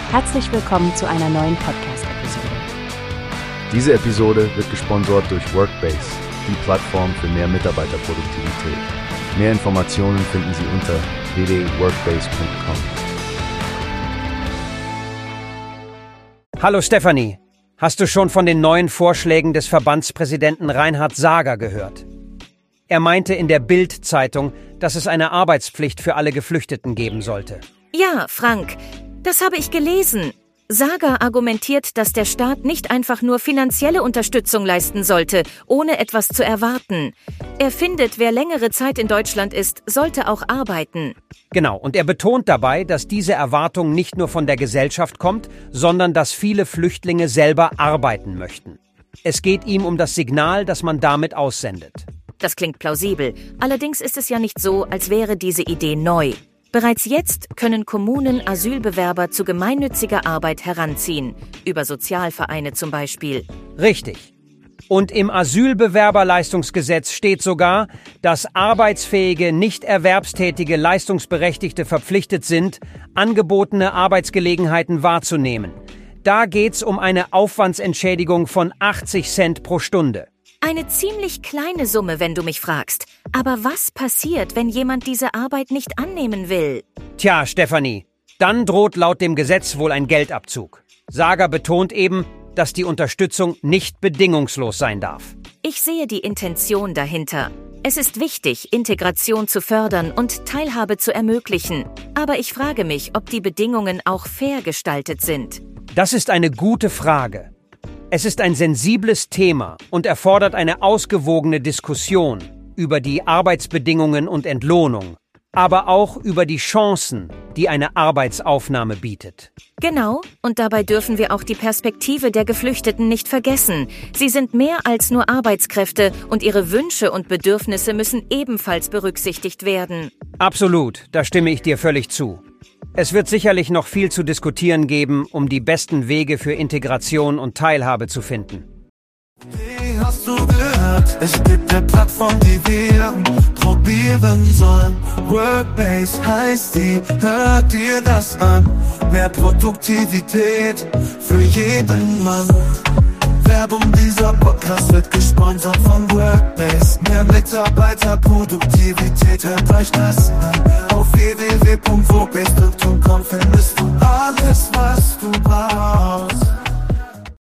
Herzlich willkommen zu einer neuen Podcast-Episode. Diese Episode wird gesponsert durch Workbase, die Plattform für mehr Mitarbeiterproduktivität. Mehr Informationen finden Sie unter www.workbase.com. Hallo Stefanie, hast du schon von den neuen Vorschlägen des Verbandspräsidenten Reinhard Sager gehört? Er meinte in der Bild-Zeitung, dass es eine Arbeitspflicht für alle Geflüchteten geben sollte. Ja, Frank, das habe ich gelesen. Sager argumentiert, dass der Staat nicht einfach nur finanzielle Unterstützung leisten sollte, ohne etwas zu erwarten. Er findet, wer längere Zeit in Deutschland ist, sollte auch arbeiten. Genau, und er betont dabei, dass diese Erwartung nicht nur von der Gesellschaft kommt, sondern dass viele Flüchtlinge selber arbeiten möchten. Es geht ihm um das Signal, das man damit aussendet. Das klingt plausibel. Allerdings ist es ja nicht so, als wäre diese Idee neu. Bereits jetzt können Kommunen Asylbewerber zu gemeinnütziger Arbeit heranziehen, über Sozialvereine zum Beispiel. Richtig. Und im Asylbewerberleistungsgesetz steht sogar, dass arbeitsfähige, nicht erwerbstätige Leistungsberechtigte verpflichtet sind, angebotene Arbeitsgelegenheiten wahrzunehmen. Da geht's um eine Aufwandsentschädigung von 80 Cent pro Stunde. Eine ziemlich kleine Summe, wenn du mich fragst. Aber was passiert, wenn jemand diese Arbeit nicht annehmen will? Tja, Stefanie, dann droht laut dem Gesetz wohl ein Geldabzug. Sager betont eben, dass die Unterstützung nicht bedingungslos sein darf. Ich sehe die Intention dahinter. Es ist wichtig, Integration zu fördern und Teilhabe zu ermöglichen. Aber ich frage mich, ob die Bedingungen auch fair gestaltet sind. Das ist eine gute Frage. Es ist ein sensibles Thema und erfordert eine ausgewogene Diskussion über die Arbeitsbedingungen und Entlohnung, aber auch über die Chancen, die eine Arbeitsaufnahme bietet. Genau, und dabei dürfen wir auch die Perspektive der Geflüchteten nicht vergessen. Sie sind mehr als nur Arbeitskräfte und ihre Wünsche und Bedürfnisse müssen ebenfalls berücksichtigt werden. Absolut, da stimme ich dir völlig zu. Es wird sicherlich noch viel zu diskutieren geben, um die besten Wege für Integration und Teilhabe zu finden. Wie hast du gehört? Es gibt eine Plattform, die wir probieren sollen. Workbase heißt die, hört dir das an. Mehr Produktivität für jeden Mann. Werbung, dieser Podcast wird gesponsert von Workbase. Mehr Mitarbeiterproduktivität, hört euch das an. Auf www.workbase.com findest du alles, was du brauchst.